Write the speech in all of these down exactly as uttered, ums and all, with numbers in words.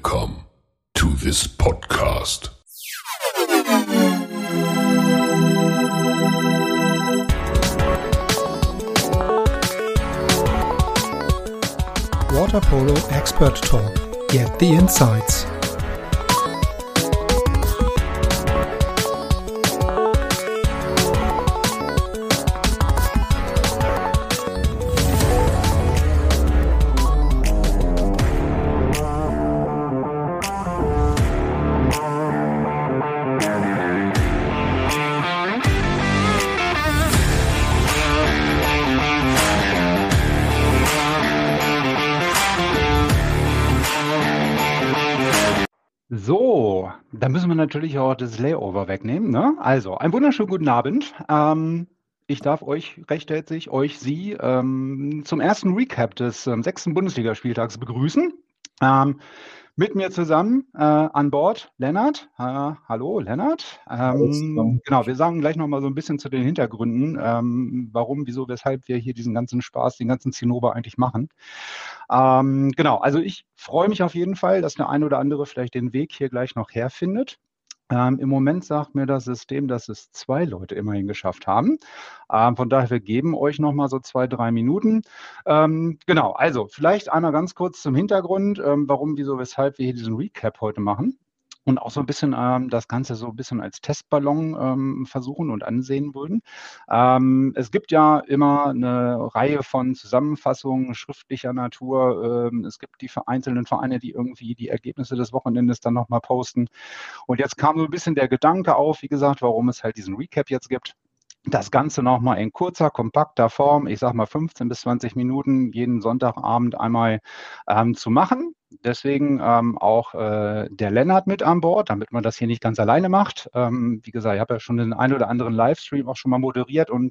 Welcome to this podcast. Water Polo Expert Talk. Get the insights. So, da müssen wir natürlich auch das Layover wegnehmen, ne? Also, einen wunderschönen guten Abend. Ähm, ich darf euch recht herzlich, euch, Sie, ähm, zum ersten Recap des ähm, sechsten Bundesligaspieltags begrüßen. Ähm, mit mir zusammen äh, an Bord Lennart. Äh, hallo, Lennart. Ähm, genau, wir sagen gleich noch mal so ein bisschen zu den Hintergründen, ähm, warum, wieso, weshalb wir hier diesen ganzen Spaß, den ganzen Zinnober eigentlich machen. Ähm, genau, also ich freue mich auf jeden Fall, dass der eine oder andere vielleicht den Weg hier gleich noch herfindet. Ähm, Im Moment sagt mir das System, dass es zwei Leute immerhin geschafft haben. Ähm, von daher, wir geben euch noch mal so zwei, drei Minuten. Ähm, genau, also vielleicht einmal ganz kurz zum Hintergrund, ähm, warum, wieso, weshalb wir hier diesen Recap heute machen. Und auch so ein bisschen ähm, das Ganze so ein bisschen als Testballon ähm, versuchen und ansehen würden. Ähm, es gibt ja immer eine Reihe von Zusammenfassungen schriftlicher Natur. Ähm, es gibt die einzelnen Vereine, die irgendwie die Ergebnisse des Wochenendes dann nochmal posten. Und jetzt kam so ein bisschen der Gedanke auf, wie gesagt, warum es halt diesen Recap jetzt gibt. Das Ganze nochmal in kurzer, kompakter Form, ich sag mal fünfzehn bis zwanzig Minuten jeden Sonntagabend einmal ähm, zu machen. Deswegen ähm, auch äh, der Lennart mit an Bord, damit man das hier nicht ganz alleine macht. Ähm, wie gesagt, ich habe ja schon den einen oder anderen Livestream auch schon mal moderiert und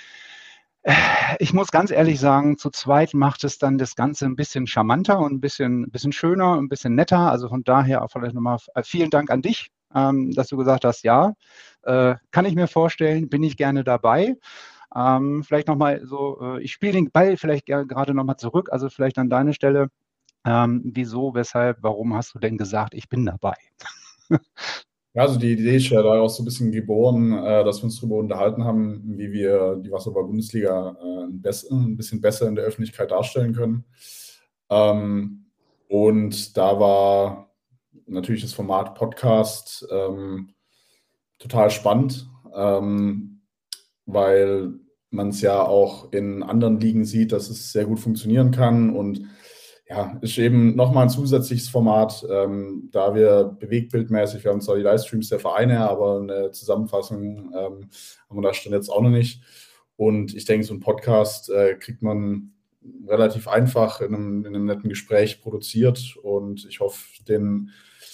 äh, ich muss ganz ehrlich sagen, zu zweit macht es dann das Ganze ein bisschen charmanter und ein bisschen, ein bisschen schöner, ein bisschen netter. Also von daher auch vielleicht nochmal vielen Dank an dich, ähm, dass du gesagt hast, ja, äh, kann ich mir vorstellen, bin ich gerne dabei. Ähm, vielleicht nochmal so, äh, ich spiele den Ball vielleicht gerade nochmal zurück, also vielleicht an deine Stelle. Ähm, wieso, weshalb, warum hast du denn gesagt, ich bin dabei? Ja, also die Idee ist ja daraus so ein bisschen geboren, äh, dass wir uns darüber unterhalten haben, wie wir die Wasserball-Bundesliga äh, ein, bess- ein bisschen besser in der Öffentlichkeit darstellen können. Ähm, und da war natürlich das Format Podcast ähm, total spannend, ähm, weil man es ja auch in anderen Ligen sieht, dass es sehr gut funktionieren kann. Und ja, ist eben nochmal ein zusätzliches Format, ähm, da wir bewegtbildmäßig, wir haben zwar die Livestreams der Vereine, aber eine Zusammenfassung ähm, haben wir da stand jetzt auch noch nicht. Und ich denke, so ein Podcast äh, kriegt man relativ einfach in einem, in einem netten Gespräch produziert. Und ich hoffe, den,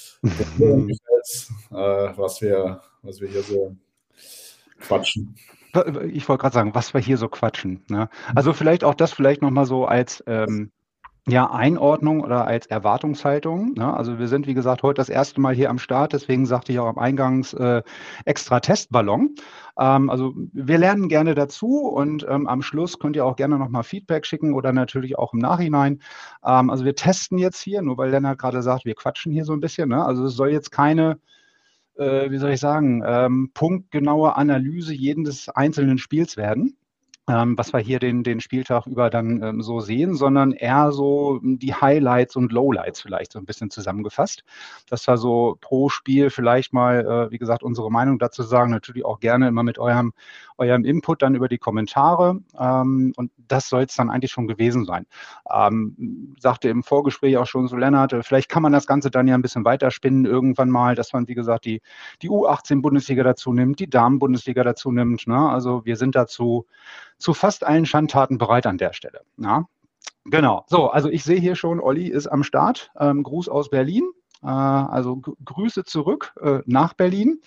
den gefällt's, äh, was wir, was wir hier so quatschen. Ich wollte gerade sagen, was wir hier so quatschen. Ne? Also vielleicht auch das vielleicht nochmal so als ähm, ja, Einordnung oder als Erwartungshaltung. Ne? Also wir sind, wie gesagt, heute das erste Mal hier am Start, deswegen sagte ich auch am Eingangs äh, extra Testballon. Ähm, also wir lernen gerne dazu und ähm, am Schluss könnt ihr auch gerne nochmal Feedback schicken oder natürlich auch im Nachhinein. Ähm, also wir testen jetzt hier, nur weil Lennart gerade sagt, wir quatschen hier so ein bisschen. Ne? Also es soll jetzt keine äh, wie soll ich sagen, ähm, punktgenaue Analyse jedes einzelnen Spiels werden, ähm, was wir hier den, den Spieltag über dann ähm, so sehen, sondern eher so die Highlights und Lowlights vielleicht so ein bisschen zusammengefasst. Dass wir so pro Spiel vielleicht mal, äh, wie gesagt, unsere Meinung dazu sagen, natürlich auch gerne immer mit eurem, eurem Input dann über die Kommentare. Ähm, und das soll es dann eigentlich schon gewesen sein. Ähm, sagte im Vorgespräch auch schon so Lennart, äh, vielleicht kann man das Ganze dann ja ein bisschen weiterspinnen irgendwann mal, dass man, wie gesagt, die, die U achtzehn Bundesliga dazu nimmt, die Damen-Bundesliga dazu nimmt. Ne? Also wir sind dazu zu fast allen Schandtaten bereit an der Stelle. Ja, genau. So, also ich sehe hier schon, Olli ist am Start. Ähm, Gruß aus Berlin. Äh, also G Grüße zurück äh, nach Berlin.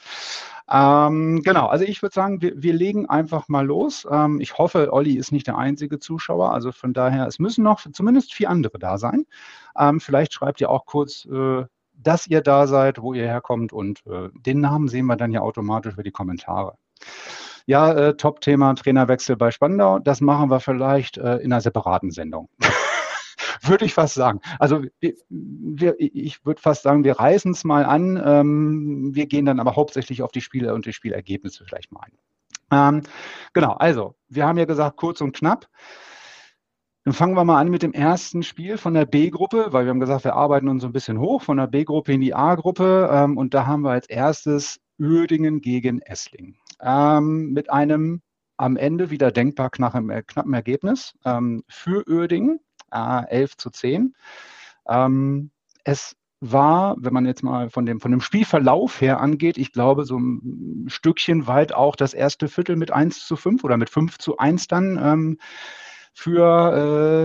Ähm, genau, also ich würde sagen, wir, wir legen einfach mal los. Ähm, ich hoffe, Olli ist nicht der einzige Zuschauer. Also von daher, es müssen noch zumindest vier andere da sein. Ähm, vielleicht schreibt ihr auch kurz, äh, dass ihr da seid, wo ihr herkommt. Und äh, den Namen sehen wir dann ja automatisch über die Kommentare. Ja, äh, Top-Thema Trainerwechsel bei Spandau. Das machen wir vielleicht äh, in einer separaten Sendung. Würde ich fast sagen. Also wir, wir, ich würde fast sagen, wir reißen es mal an. Ähm, wir gehen dann aber hauptsächlich auf die Spiele und die Spielergebnisse vielleicht mal ein. Ähm, genau, also wir haben ja gesagt, kurz und knapp. Dann fangen wir mal an mit dem ersten Spiel von der B-Gruppe, weil wir haben gesagt, wir arbeiten uns so ein bisschen hoch von der B-Gruppe in die A-Gruppe. Ähm, und da haben wir als erstes Uerdingen gegen Esslingen. Ähm, mit einem am Ende wieder denkbar knappen, äh, knappen Ergebnis ähm, für Uerdingen, äh, elf zu zehn. Ähm, es war, wenn man jetzt mal von dem, von dem Spielverlauf her angeht, ich glaube, so ein Stückchen weit auch das erste Viertel mit eins zu fünf oder mit fünf zu eins dann ähm, für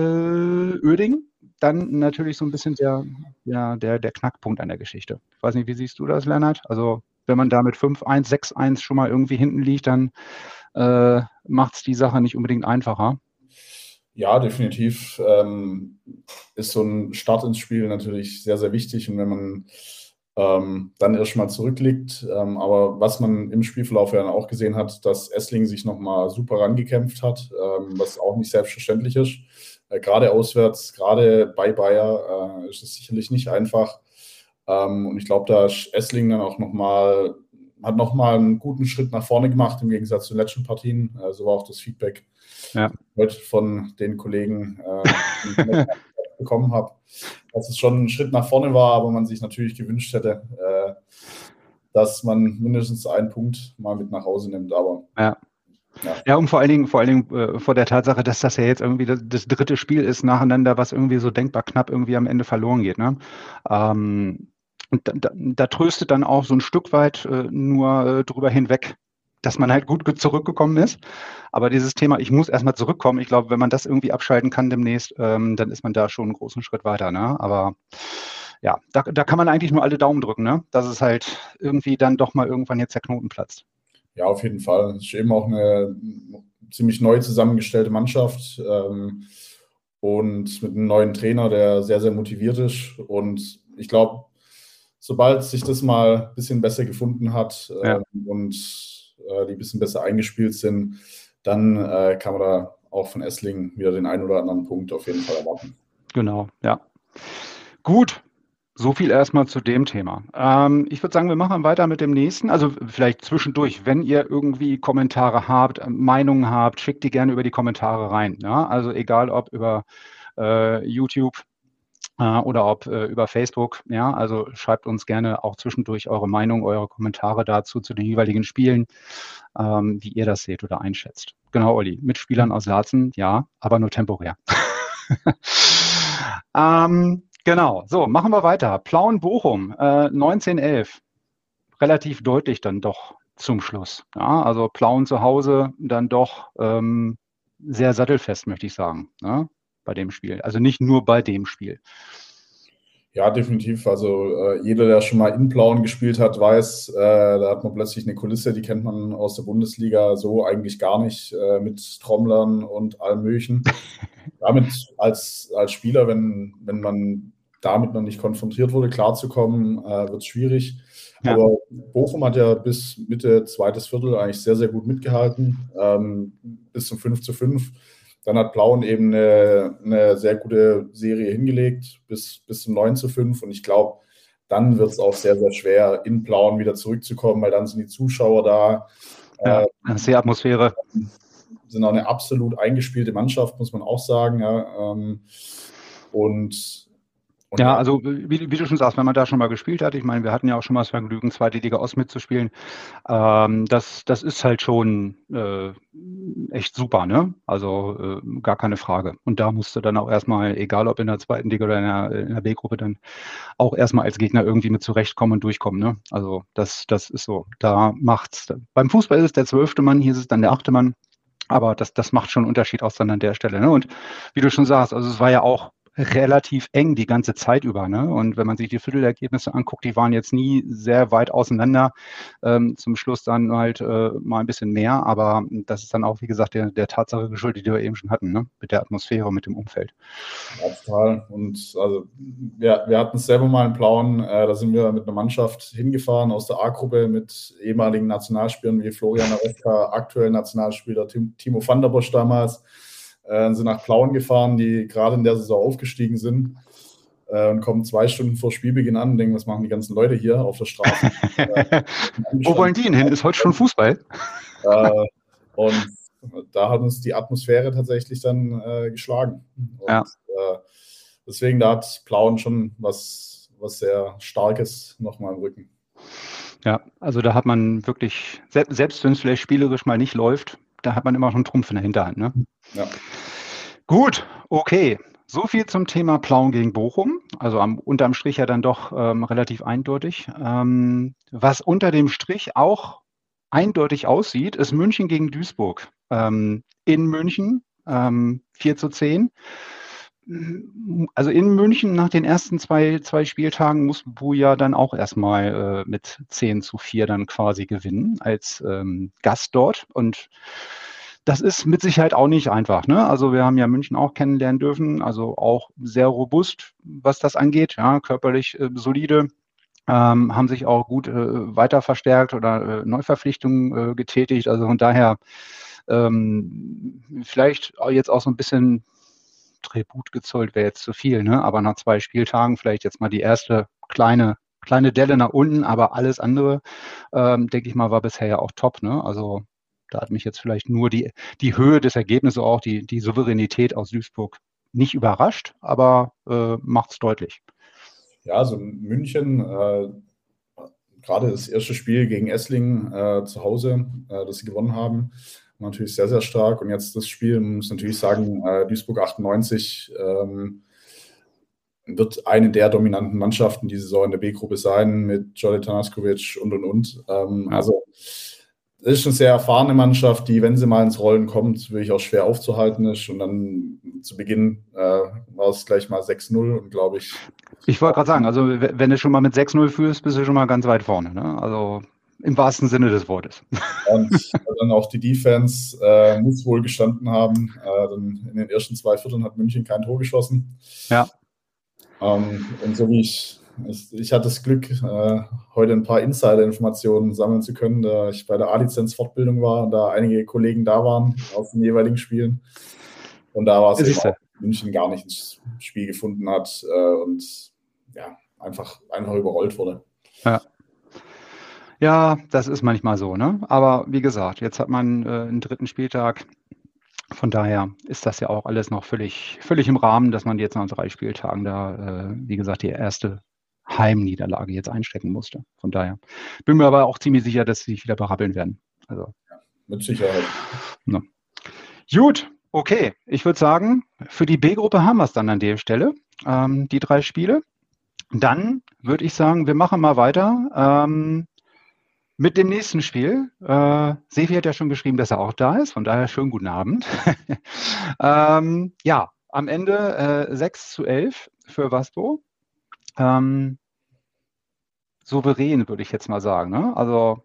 äh, Uerdingen. Dann natürlich so ein bisschen der, ja, der, der Knackpunkt an der Geschichte. Ich weiß nicht, wie siehst du das, Lennart? Also wenn man da mit fünf eins, sechs eins schon mal irgendwie hinten liegt, dann äh, macht es die Sache nicht unbedingt einfacher. Ja, definitiv ähm, ist so ein Start ins Spiel natürlich sehr, sehr wichtig. Und wenn man ähm, dann erstmal zurückliegt, ähm, aber was man im Spielverlauf ja auch gesehen hat, dass Esslingen sich nochmal super rangekämpft hat, ähm, was auch nicht selbstverständlich ist. Äh, gerade auswärts, gerade bei Bayer äh, ist es sicherlich nicht einfach. Ähm, und ich glaube, da ist Esslingen dann auch nochmal, hat nochmal einen guten Schritt nach vorne gemacht im Gegensatz zu den letzten Partien. Äh, so war auch das Feedback Ja. heute von den Kollegen äh, die ich bekommen habe, dass es schon ein Schritt nach vorne war, aber man sich natürlich gewünscht hätte, äh, dass man mindestens einen Punkt mal mit nach Hause nimmt. Aber ja. Ja. ja, und vor allen Dingen, vor allen Dingen äh, vor der Tatsache, dass das ja jetzt irgendwie das, das dritte Spiel ist nacheinander, was irgendwie so denkbar knapp irgendwie am Ende verloren geht. Ne? Ähm, und da, da, da tröstet dann auch so ein Stück weit äh, nur äh, drüber hinweg, dass man halt gut zurückgekommen ist. Aber dieses Thema, ich muss erstmal zurückkommen, ich glaube, wenn man das irgendwie abschalten kann demnächst, ähm, dann ist man da schon einen großen Schritt weiter. Ne? Aber ja, da, da kann man eigentlich nur alle Daumen drücken, ne? Dass es halt irgendwie dann doch mal irgendwann jetzt der Knoten platzt. Ja, auf jeden Fall. Es ist eben auch eine ziemlich neu zusammengestellte Mannschaft ähm, und mit einem neuen Trainer, der sehr, sehr motiviert ist. Und ich glaube, sobald sich das mal ein bisschen besser gefunden hat ähm, ja. und äh, die ein bisschen besser eingespielt sind, dann äh, kann man da auch von Esslingen wieder den einen oder anderen Punkt auf jeden Fall erwarten. Genau, ja. Gut. So viel erstmal zu dem Thema. Ähm, ich würde sagen, wir machen weiter mit dem nächsten. Also vielleicht zwischendurch, wenn ihr irgendwie Kommentare habt, Meinungen habt, schickt die gerne über die Kommentare rein. Ja? Also egal ob über äh, YouTube äh, oder ob äh, über Facebook. Ja? Also schreibt uns gerne auch zwischendurch eure Meinung, eure Kommentare dazu zu den jeweiligen Spielen, ähm, wie ihr das seht oder einschätzt. Genau, Olli, Mitspielern aus Laatzen, ja, aber nur temporär. ähm, Genau, so, machen wir weiter. Plauen-Bochum, äh, neunzehn elf. Relativ deutlich dann doch zum Schluss. Ja, also Plauen zu Hause dann doch ähm, sehr sattelfest, möchte ich sagen, ne, bei dem Spiel. Also nicht nur bei dem Spiel. Ja, definitiv. Also äh, jeder, der schon mal in Plauen gespielt hat, weiß, äh, da hat man plötzlich eine Kulisse, die kennt man aus der Bundesliga so eigentlich gar nicht, äh, mit Trommlern und allem Möglichen. Damit als, als Spieler, wenn, wenn man damit noch nicht konfrontiert wurde, klarzukommen, äh, wird es schwierig. Ja. Aber Bochum hat ja bis Mitte zweites Viertel eigentlich sehr, sehr gut mitgehalten, ähm, bis zum fünf zu fünf. Dann hat Plauen eben eine, eine sehr gute Serie hingelegt, bis, bis zum neun zu fünf. Und ich glaube, dann wird es auch sehr, sehr schwer, in Plauen wieder zurückzukommen, weil dann sind die Zuschauer da. Ja, äh, sehr Atmosphäre. Sind auch eine absolut eingespielte Mannschaft, muss man auch sagen. Ja, ähm, und Und ja, also wie, wie du schon sagst, wenn man da schon mal gespielt hat, ich meine, wir hatten ja auch schon mal das Vergnügen, zweite Liga Ost mitzuspielen, ähm, das, das ist halt schon äh, echt super, ne? Also äh, gar keine Frage. Und da musst du dann auch erstmal, egal ob in der zweiten Liga oder in der, in der B-Gruppe, dann auch erstmal als Gegner irgendwie mit zurechtkommen und durchkommen, ne? Also das, das ist so, da macht's. Beim Fußball ist es der zwölfte Mann, hier ist es dann der achte Mann. Aber das, das macht schon einen Unterschied aus dann an der Stelle, ne? Und wie du schon sagst, also es war ja auch relativ eng die ganze Zeit über. Ne? Und wenn man sich die Viertelergebnisse anguckt, die waren jetzt nie sehr weit auseinander. Ähm, zum Schluss dann halt äh, mal ein bisschen mehr. Aber das ist dann auch, wie gesagt, der, der Tatsache geschuldet, die wir eben schon hatten, ne? Mit der Atmosphäre, mit dem Umfeld. Ja, total. Und also wir, wir hatten es selber mal in Plauen. Äh, da sind wir mit einer Mannschaft hingefahren aus der A-Gruppe mit ehemaligen Nationalspielern wie Florian Areska, aktuell Nationalspieler Tim, Timo van der Bosch damals. äh, sind nach Plauen gefahren, die gerade in der Saison aufgestiegen sind äh, und kommen zwei Stunden vor Spielbeginn an und denken, was machen die ganzen Leute hier auf der Straße? äh, Wo wollen die denn hin? Ist heute schon Fußball? Äh, und da hat uns die Atmosphäre tatsächlich dann äh, geschlagen. Und Ja. äh, deswegen, da hat Plauen schon was, was sehr Starkes nochmal im Rücken. Ja, also da hat man wirklich, selbst, selbst wenn es vielleicht spielerisch mal nicht läuft, da hat man immer noch einen Trumpf in der Hinterhand. Ne? Ja. Gut, okay. So viel zum Thema Plauen gegen Bochum. Also am, unterm Strich ja dann doch ähm, relativ eindeutig. Ähm, was unter dem Strich auch eindeutig aussieht, ist München gegen Duisburg. Ähm, in München ähm, vier zu zehn. Also in München nach den ersten zwei, zwei Spieltagen muss Buja dann auch erstmal äh, mit zehn zu vier dann quasi gewinnen als ähm, Gast dort. Und das ist mit Sicherheit auch nicht einfach. Ne? Also wir haben ja München auch kennenlernen dürfen, also auch sehr robust, was das angeht, ja, körperlich äh, solide. Ähm, haben sich auch gut äh, weiter verstärkt oder äh, Neuverpflichtungen äh, getätigt. Also von daher ähm, vielleicht jetzt auch so ein bisschen Tribut gezollt, wäre jetzt zu viel, ne? Aber nach zwei Spieltagen vielleicht jetzt mal die erste kleine, kleine Delle nach unten, aber alles andere, ähm, denke ich mal, war bisher ja auch top, ne? Also da hat mich jetzt vielleicht nur die, die Höhe des Ergebnisses, auch die, die Souveränität aus Duisburg nicht überrascht, aber äh, macht es deutlich. Ja, also München, äh, gerade das erste Spiel gegen Esslingen äh, zu Hause, äh, das sie gewonnen haben, war natürlich sehr, sehr stark. Und jetzt das Spiel, man muss natürlich sagen, äh, Duisburg achtundneunzig ähm, wird eine der dominanten Mannschaften die Saison in der B-Gruppe sein, mit Jolly Tanaskovic und, und, und. Ähm, ja. Also das ist eine sehr erfahrene Mannschaft, die, wenn sie mal ins Rollen kommt, wirklich auch schwer aufzuhalten ist. Und dann zu Beginn äh, war es gleich mal sechs null und glaube ich... Ich wollte gerade sagen, also wenn du schon mal mit sechs null führst, bist du schon mal ganz weit vorne. Ne? Also im wahrsten Sinne des Wortes. Und dann auch die Defense äh, muss wohl gestanden haben. Äh, dann in den ersten zwei Vierteln hat München kein Tor geschossen. Ja. Ähm, und so wie ich, ich, ich hatte das Glück, äh, heute ein paar Insider-Informationen sammeln zu können, da ich bei der A-Lizenz-Fortbildung war und da einige Kollegen da waren aus den jeweiligen Spielen. Und da war es eben auch, dass München gar nicht ins Spiel gefunden hat äh, und ja, einfach, einfach überrollt wurde. Ja. Ja, das ist manchmal so, ne? Aber wie gesagt, jetzt hat man äh, einen dritten Spieltag. Von daher ist das ja auch alles noch völlig, völlig im Rahmen, dass man jetzt nach drei Spieltagen da, äh, wie gesagt, die erste Heimniederlage jetzt einstecken musste. Von daher bin mir aber auch ziemlich sicher, dass sie sich wieder berappeln werden. Also, ja, mit Sicherheit. Ne. Gut, okay. Ich würde sagen, für die B-Gruppe haben wir es dann an der Stelle, ähm, die drei Spiele. Dann würde ich sagen, wir machen mal weiter. Ähm, Mit dem nächsten Spiel. Äh, Sefi hat ja schon geschrieben, dass er auch da ist. Von daher schönen guten Abend. ähm, ja, am Ende äh, sechs zu elf für Waspo. Ähm, souverän, würde ich jetzt mal sagen. Ne? Also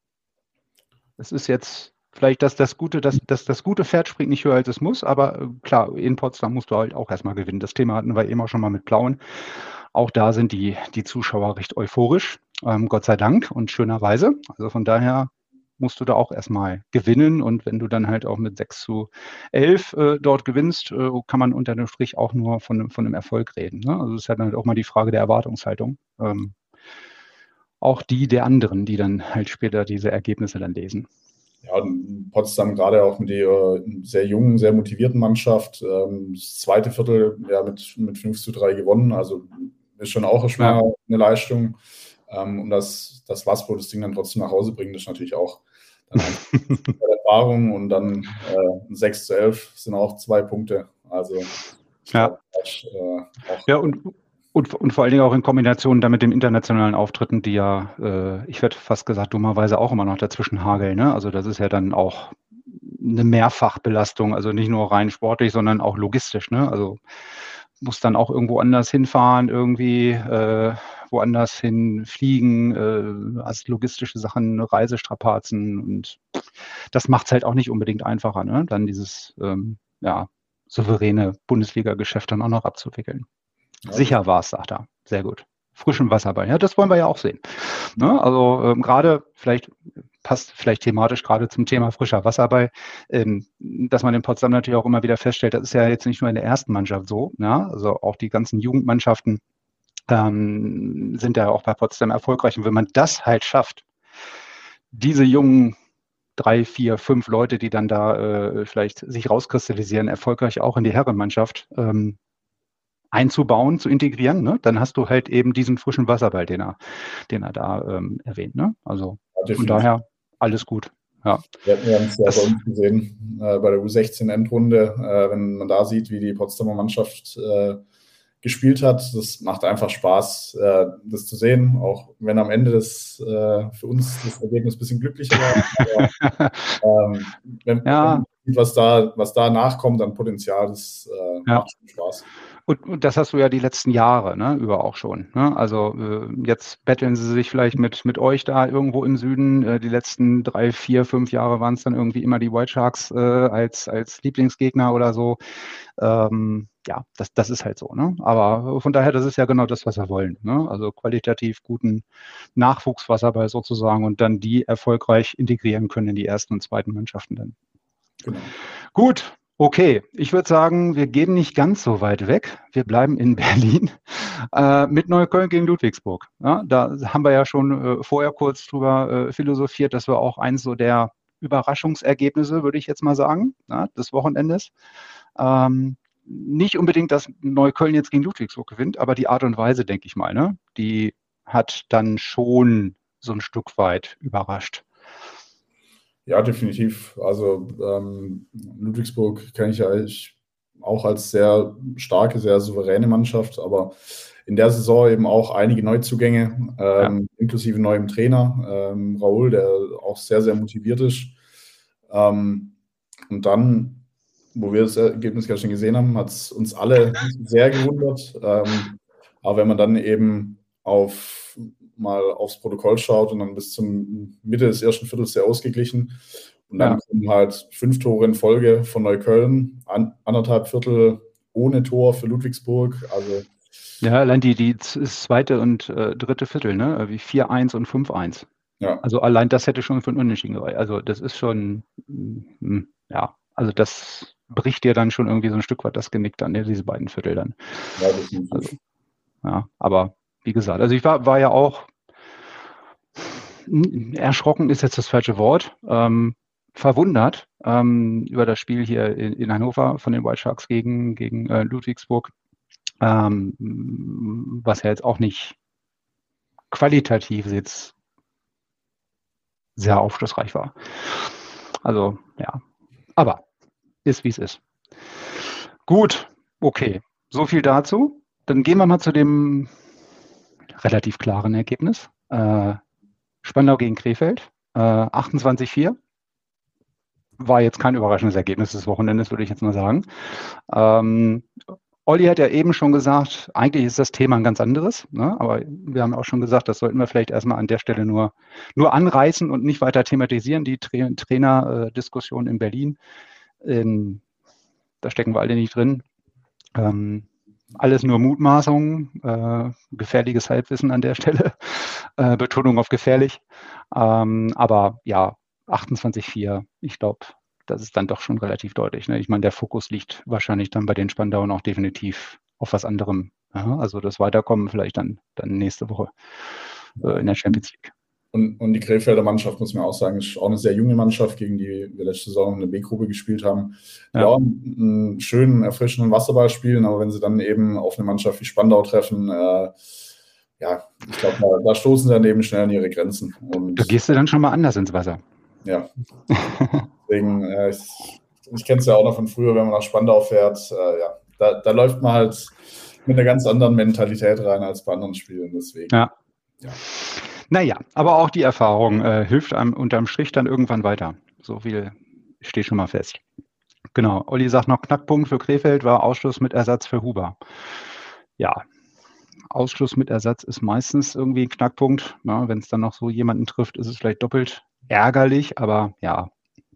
es ist jetzt vielleicht das, das Gute, das, das, das gute Pferd springt nicht höher, als es muss. Aber äh, klar, in Potsdam musst du halt auch erstmal gewinnen. Das Thema hatten wir immer schon mal mit Plauen. Auch da sind die, die Zuschauer recht euphorisch. Ähm, Gott sei Dank und schönerweise. Also von daher musst du da auch erstmal gewinnen. Und wenn du dann halt auch mit sechs zu elf äh, dort gewinnst, äh, kann man unter dem Strich auch nur von, von einem Erfolg reden. Ne? Also es ist halt dann halt auch mal die Frage der Erwartungshaltung. Ähm, auch die der anderen, die dann halt später diese Ergebnisse dann lesen. Ja, und Potsdam gerade auch mit der sehr jungen, sehr motivierten Mannschaft. Ähm, das zweite Viertel ja mit, mit fünf zu drei gewonnen. Also ist schon auch schon mal ja. eine Leistung. Um ähm, dass das Waspo das Ding dann trotzdem nach Hause bringt, ist natürlich auch dann eine Erfahrung. Und dann äh, sechs zu elf sind auch zwei Punkte. Also ja, glaub, das, äh, auch ja und, und, und vor allen Dingen auch in Kombination dann mit den internationalen Auftritten, die ja, äh, ich hätte fast gesagt, dummerweise auch immer noch dazwischen hageln. Ne? Also das ist ja dann auch eine Mehrfachbelastung, also nicht nur rein sportlich, sondern auch logistisch. Ne? Also muss dann auch irgendwo anders hinfahren, irgendwie äh, woanders hin fliegen, äh, als logistische Sachen, Reisestrapazen, und das macht es halt auch nicht unbedingt einfacher, ne? Dann dieses ähm, ja, souveräne Bundesliga-Geschäft dann auch noch abzuwickeln. Ja. Sicher war es, sagt er. Sehr gut. Frischem Wasser bei. Ja, das wollen wir ja auch sehen. Ne? Also ähm, gerade vielleicht passt vielleicht thematisch gerade zum Thema frischer Wasserball, ähm, dass man in Potsdam natürlich auch immer wieder feststellt, das ist ja jetzt nicht nur in der ersten Mannschaft so, ja, also auch die ganzen Jugendmannschaften ähm, sind ja auch bei Potsdam erfolgreich. Und wenn man das halt schafft, diese jungen drei, vier, fünf Leute, die dann da äh, vielleicht sich rauskristallisieren, erfolgreich auch in die Herrenmannschaft ähm, einzubauen, zu integrieren, ne? Dann hast du halt eben diesen frischen Wasserball, den er, den er da ähm, erwähnt. Ne? Also Ja, von daher alles gut. Ja. Wir hatten ja uns ja Das- bei uns gesehen, äh, bei der U sechzehn Endrunde, äh, wenn man da sieht, wie die Potsdamer Mannschaft äh, gespielt hat. Das macht einfach Spaß, äh, das zu sehen, auch wenn am Ende das äh, für uns das Ergebnis ein bisschen glücklicher war. Aber, ähm, wenn, Ja. wenn man sieht, was da, was da nachkommt an Potenzial, das äh, Ja. macht schon Spaß. Und, und das hast du ja die letzten Jahre, ne, über auch schon. Ne? Also äh, jetzt betteln sie sich vielleicht mit, mit euch da irgendwo im Süden. Äh, die letzten drei, vier, fünf Jahre waren es dann irgendwie immer die White Sharks äh, als, als Lieblingsgegner oder so. Ähm, ja, das, das ist halt so. Ne? Aber von daher, das ist ja genau das, was wir wollen. Ne? Also qualitativ guten Nachwuchswasserball sozusagen und dann die erfolgreich integrieren können in die ersten und zweiten Mannschaften dann. Genau. Gut. Okay, ich würde sagen, wir gehen nicht ganz so weit weg. Wir bleiben in Berlin äh, mit Neukölln gegen Ludwigsburg. Ja, da haben wir ja schon äh, vorher kurz drüber äh, philosophiert, dass wir auch eins so der Überraschungsergebnisse, würde ich jetzt mal sagen, ja, des Wochenendes. Ähm, nicht unbedingt, dass Neukölln jetzt gegen Ludwigsburg gewinnt, aber die Art und Weise, denke ich mal, ne, die hat dann schon so ein Stück weit überrascht. Ja, definitiv. Also ähm, Ludwigsburg kenne ich ja eigentlich auch als sehr starke, sehr souveräne Mannschaft, aber in der Saison eben auch einige Neuzugänge, ähm, ja. inklusive neuem Trainer, ähm, Raoul, der auch sehr, sehr motiviert ist. Ähm, und dann, wo wir das Ergebnis gerade schon gesehen haben, hat es uns alle sehr gewundert. Ähm, aber wenn man dann eben auf mal aufs Protokoll schaut und dann bis zum Mitte des ersten Viertels sehr ausgeglichen. Und dann ja. kommen halt fünf Tore in Folge von Neukölln, an, anderthalb Viertel ohne Tor für Ludwigsburg. Also ja, allein die, die zweite und äh, dritte Viertel, ne? Wie vier eins und fünf eins. Ja. Also allein das hätte schon für einen Unentschieden gereicht. Also das ist schon, mh, ja, also das bricht dir dann schon irgendwie so ein Stück weit das Genick dann, ne? Diese beiden Viertel dann. Ja, definitiv. Also, ja, aber wie gesagt, also ich war, war ja auch erschrocken ist jetzt das falsche Wort, ähm, verwundert ähm, über das Spiel hier in, in Hannover von den White Sharks gegen, gegen äh, Ludwigsburg, ähm, was ja jetzt auch nicht qualitativ jetzt sehr aufschlussreich war. Also ja, aber ist wie es ist. Gut, okay, so viel dazu. Dann gehen wir mal zu dem relativ klaren Ergebnis. Äh, Spandau gegen Krefeld, äh, achtundzwanzig vier. War jetzt kein überraschendes Ergebnis des Wochenendes, würde ich jetzt mal sagen. Ähm, Olli hat ja eben schon gesagt, eigentlich ist das Thema ein ganz anderes, ne? Aber wir haben auch schon gesagt, das sollten wir vielleicht erstmal an der Stelle nur, nur anreißen und nicht weiter thematisieren, die Tra- Trainerdiskussion in Berlin. Ähm, da stecken wir alle nicht drin. Ähm, alles nur Mutmaßungen, äh, gefährliches Halbwissen an der Stelle, äh, Betonung auf gefährlich. Ähm, aber ja, achtundzwanzig vier, ich glaube, das ist dann doch schon relativ deutlich. Ne? Ich meine, der Fokus liegt wahrscheinlich dann bei den Spandauern auch definitiv auf was anderem. Ja? Also das Weiterkommen vielleicht dann, dann nächste Woche äh, in der Champions League. Und, und die Krefelder Mannschaft, muss man auch sagen, ist auch eine sehr junge Mannschaft, gegen die wir letzte Saison in der B-Gruppe gespielt haben. Die Ja. auch einen, einen schönen, erfrischenden Wasserball spielen, aber wenn sie dann eben auf eine Mannschaft wie Spandau treffen, äh, ja, ich glaube, da, da stoßen sie dann eben schnell an ihre Grenzen. Und, da gehst du dann schon mal anders ins Wasser. Ja. Deswegen, äh, ich, ich kenne es ja auch noch von früher, wenn man nach Spandau fährt, äh, ja, da, da läuft man halt mit einer ganz anderen Mentalität rein als bei anderen Spielen. Deswegen. Ja. Ja. Naja, aber auch die Erfahrung äh, hilft einem unterm Strich dann irgendwann weiter. So viel steht schon mal fest. Genau, Olli sagt noch, Knackpunkt für Krefeld war Ausschluss mit Ersatz für Huber. Ja, Ausschluss mit Ersatz ist meistens irgendwie ein Knackpunkt. Ja, wenn es dann noch so jemanden trifft, ist es vielleicht doppelt ärgerlich, aber ja.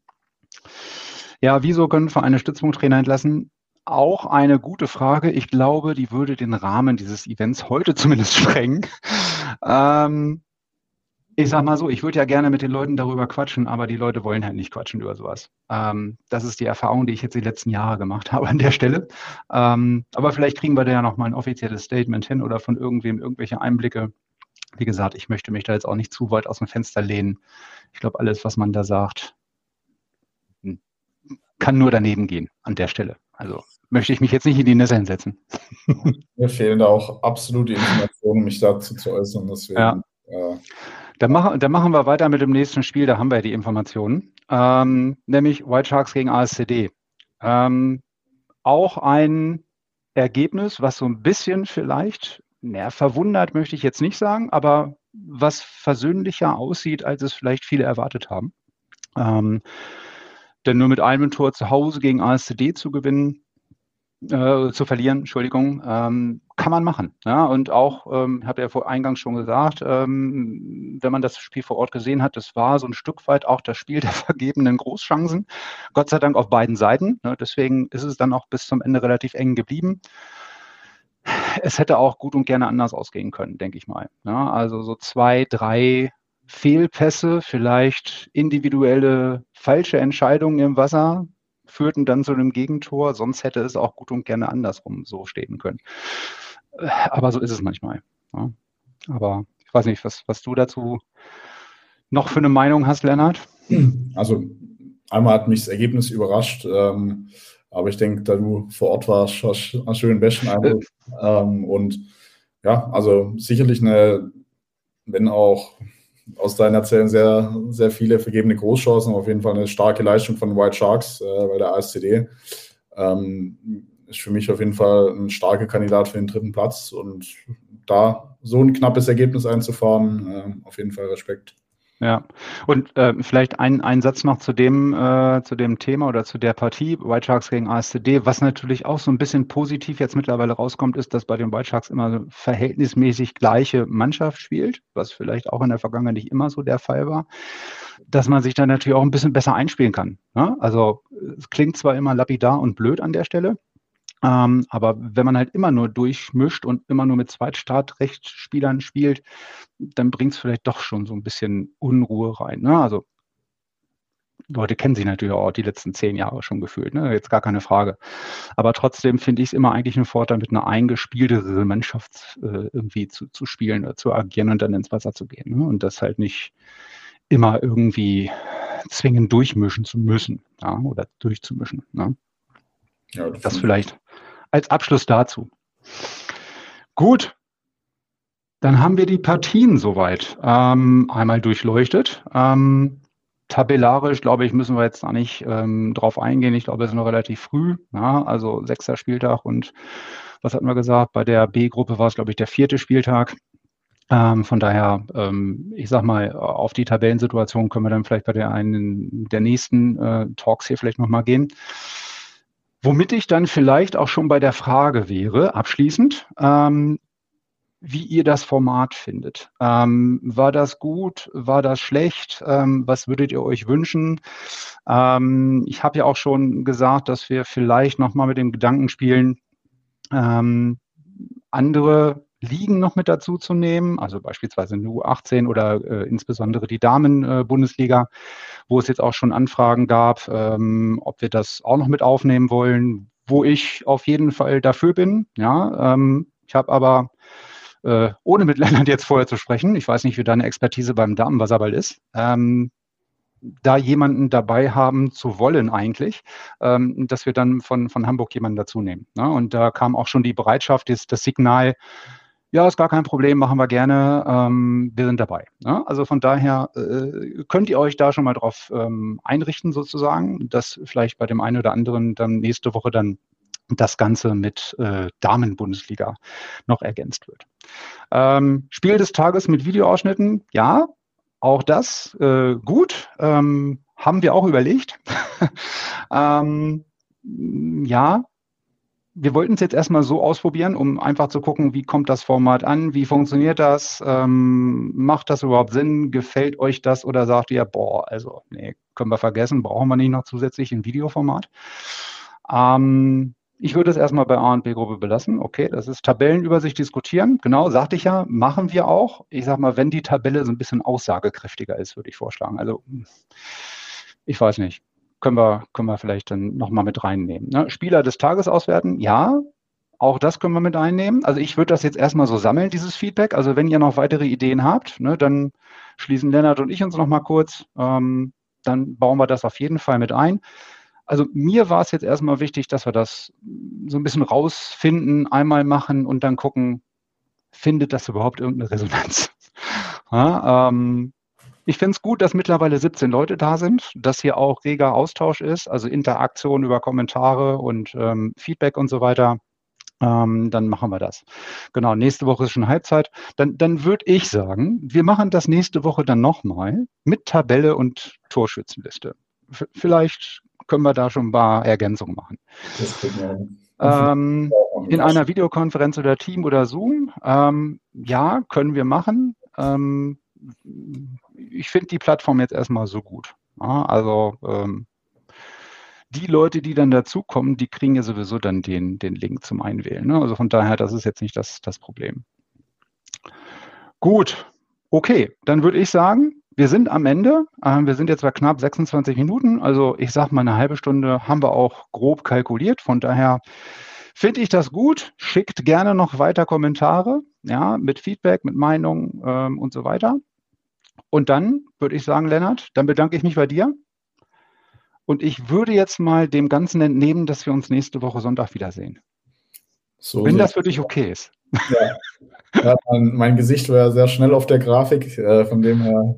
Ja, wieso können Vereine Stützpunkttrainer entlassen? Auch eine gute Frage. Ich glaube, die würde den Rahmen dieses Events heute zumindest sprengen. Ähm, Ich sag mal so, ich würde ja gerne mit den Leuten darüber quatschen, aber die Leute wollen halt nicht quatschen über sowas. Ähm, das ist die Erfahrung, die ich jetzt die letzten Jahre gemacht habe an der Stelle. Ähm, aber vielleicht kriegen wir da ja noch mal ein offizielles Statement hin oder von irgendwem irgendwelche Einblicke. Wie gesagt, ich möchte mich da jetzt auch nicht zu weit aus dem Fenster lehnen. Ich glaube, alles, was man da sagt, kann nur daneben gehen an der Stelle. Also möchte ich mich jetzt nicht in die Nässe hinsetzen. Mir fehlen da auch absolut die Informationen, um mich dazu zu äußern. Deswegen, ja. äh, Dann machen, dann machen wir weiter mit dem nächsten Spiel, da haben wir die Informationen, ähm, nämlich White Sharks gegen A S C D. Ähm, auch ein Ergebnis, was so ein bisschen vielleicht, naja, verwundert möchte ich jetzt nicht sagen, aber was versöhnlicher aussieht, als es vielleicht viele erwartet haben. Ähm, denn nur mit einem Tor zu Hause gegen A S C D zu gewinnen, äh, zu verlieren, Entschuldigung, ähm, kann man machen. Ja? Und auch, ähm, habe ja vor eingangs schon gesagt, ähm, wenn man das Spiel vor Ort gesehen hat, das war so ein Stück weit auch das Spiel der vergebenen Großchancen. Gott sei Dank auf beiden Seiten. Ne? Deswegen ist es dann auch bis zum Ende relativ eng geblieben. Es hätte auch gut und gerne anders ausgehen können, denke ich mal. Ja? Also so zwei, drei Fehlpässe, vielleicht individuelle falsche Entscheidungen im Wasser, führten dann zu einem Gegentor, sonst hätte es auch gut und gerne andersrum so stehen können. Aber so ist es manchmal. Ja. Aber ich weiß nicht, was, was du dazu noch für eine Meinung hast, Lennart? Also einmal hat mich das Ergebnis überrascht, ähm, aber ich denke, da du vor Ort warst, hast du einen schönen besten Eindruck. Äh. Ähm, und ja, also sicherlich eine, wenn auch aus deinen Erzählen sehr, sehr viele vergebene Großchancen, auf jeden Fall eine starke Leistung von White Sharks äh, bei der A S C D. Ähm, ist für mich auf jeden Fall ein starker Kandidat für den dritten Platz und da so ein knappes Ergebnis einzufahren, äh, auf jeden Fall Respekt. Ja, und äh, vielleicht ein, ein Satz noch zu dem, äh, zu dem Thema oder zu der Partie White Sharks gegen A S C D. Was natürlich auch so ein bisschen positiv jetzt mittlerweile rauskommt, ist, dass bei den White Sharks immer verhältnismäßig gleiche Mannschaft spielt, was vielleicht auch in der Vergangenheit nicht immer so der Fall war, dass man sich dann natürlich auch ein bisschen besser einspielen kann. Ne? Also es klingt zwar immer lapidar und blöd an der Stelle, Ähm, aber wenn man halt immer nur durchmischt und immer nur mit Zweitstartrechtsspielern spielt, dann bringt es vielleicht doch schon so ein bisschen Unruhe rein. Ne? Also Leute kennen sich natürlich auch die letzten zehn Jahre schon gefühlt, ne? Jetzt gar keine Frage. Aber trotzdem finde ich es immer eigentlich ein Vorteil, mit einer eingespielteren Mannschaft äh, irgendwie zu, zu spielen oder zu agieren und dann ins Wasser zu gehen. Ne? Und das halt nicht immer irgendwie zwingend durchmischen zu müssen, ja? Oder durchzumischen. Ne? Ja, das das vielleicht als Abschluss dazu. Gut, dann haben wir die Partien soweit ähm, einmal durchleuchtet. Ähm, tabellarisch, glaube ich, müssen wir jetzt da nicht ähm, drauf eingehen. Ich glaube, es ist noch relativ früh. Ja, also sechster Spieltag und was hatten wir gesagt? Bei der B-Gruppe war es, glaube ich, der vierte Spieltag. Ähm, von daher, ähm, ich sag mal, auf die Tabellensituation können wir dann vielleicht bei der einen der nächsten äh, Talks hier vielleicht nochmal gehen. Womit ich dann vielleicht auch schon bei der Frage wäre, abschließend, ähm, wie ihr das Format findet. Ähm, war das gut? War das schlecht? Ähm, was würdet ihr euch wünschen? Ähm, ich habe ja auch schon gesagt, dass wir vielleicht nochmal mit dem Gedanken spielen, ähm, andere Ligen noch mit dazu zu nehmen, also beispielsweise eine U achtzehn oder äh, insbesondere die Damen-Bundesliga, äh, wo es jetzt auch schon Anfragen gab, ähm, ob wir das auch noch mit aufnehmen wollen, wo ich auf jeden Fall dafür bin. Ja, ähm, ich habe aber, äh, ohne mit Lennart jetzt vorher zu sprechen, ich weiß nicht, wie deine Expertise beim Damenwasserball ist, ähm, da jemanden dabei haben zu wollen eigentlich, ähm, dass wir dann von, von Hamburg jemanden dazu nehmen. Ne? Und da kam auch schon die Bereitschaft, das, das Signal, ja, ist gar kein Problem, machen wir gerne, ähm, wir sind dabei. Ne? Also von daher äh, könnt ihr euch da schon mal drauf ähm, einrichten sozusagen, dass vielleicht bei dem einen oder anderen dann nächste Woche dann das Ganze mit äh, Damen-Bundesliga noch ergänzt wird. Ähm, Spiel des Tages mit Videoausschnitten, ja, auch das äh, gut, ähm, haben wir auch überlegt. ähm, ja, wir wollten es jetzt erstmal so ausprobieren, um einfach zu gucken, wie kommt das Format an, wie funktioniert das, ähm, macht das überhaupt Sinn, gefällt euch das oder sagt ihr, boah, also nee, können wir vergessen, brauchen wir nicht noch zusätzlich ein Videoformat. Ähm, Ich würde es erstmal bei A und B-Gruppe belassen. Okay, das ist Tabellenübersicht diskutieren. Genau, sagte ich ja, machen wir auch. Ich sag mal, wenn die Tabelle so ein bisschen aussagekräftiger ist, würde ich vorschlagen. Also, ich weiß nicht. Können wir, können wir vielleicht dann nochmal mit reinnehmen. Ne? Spieler des Tages auswerten, ja. Auch das können wir mit einnehmen. Also ich würde das jetzt erstmal so sammeln, dieses Feedback. Also wenn ihr noch weitere Ideen habt, ne, dann schließen Lennart und ich uns noch mal kurz. Ähm, dann bauen wir das auf jeden Fall mit ein. Also mir war es jetzt erstmal wichtig, dass wir das so ein bisschen rausfinden, einmal machen und dann gucken, findet das überhaupt irgendeine Resonanz? Ja, ähm, ich finde es gut, dass mittlerweile siebzehn Leute da sind, dass hier auch reger Austausch ist, also Interaktion über Kommentare und ähm, Feedback und so weiter. Ähm, dann machen wir das. Genau, nächste Woche ist schon Halbzeit. Dann, dann würde ich sagen, wir machen das nächste Woche dann nochmal mit Tabelle und Torschützenliste. V- vielleicht können wir da schon ein paar Ergänzungen machen. Das kriegen wir. Ähm, in einer Videokonferenz oder Team oder Zoom, ähm, ja, können wir machen. Ähm, ich finde die Plattform jetzt erstmal so gut. Ja, also ähm, die Leute, die dann dazukommen, die kriegen ja sowieso dann den, den Link zum Einwählen. Ne? Also von daher, das ist jetzt nicht das, das Problem. Gut, okay, dann würde ich sagen, wir sind am Ende. Ähm, wir sind jetzt bei knapp sechsundzwanzig Minuten. Also ich sage mal, eine halbe Stunde haben wir auch grob kalkuliert. Von daher finde ich das gut. Schickt gerne noch weiter Kommentare, ja, mit Feedback, mit Meinung ähm, und so weiter. Und dann würde ich sagen, Lennart, dann bedanke ich mich bei dir. Und ich würde jetzt mal dem Ganzen entnehmen, dass wir uns nächste Woche Sonntag wiedersehen. So Wenn sieht- das für dich okay ist. Ja. Ja, mein, mein Gesicht war sehr schnell auf der Grafik, äh, von dem her.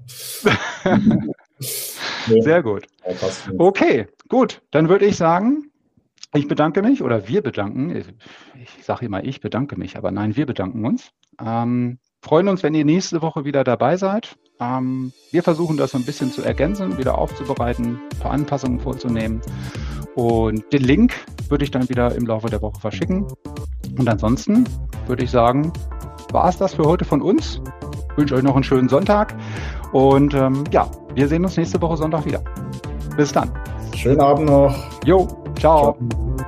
Nee, Sehr gut. ja, passt nicht. Okay, gut. Dann würde ich sagen, ich bedanke mich oder wir bedanken. Ich, ich sage immer, ich bedanke mich, aber nein, wir bedanken uns. Ähm, freuen uns, wenn ihr nächste Woche wieder dabei seid. Ähm, wir versuchen das so ein bisschen zu ergänzen, wieder aufzubereiten, ein paar Anpassungen vorzunehmen. Und den Link würde ich dann wieder im Laufe der Woche verschicken. Und ansonsten würde ich sagen, war es das für heute von uns. Ich wünsche euch noch einen schönen Sonntag. Und ähm, ja, wir sehen uns nächste Woche Sonntag wieder. Bis dann. Schönen Abend noch. Jo, ciao. Ciao.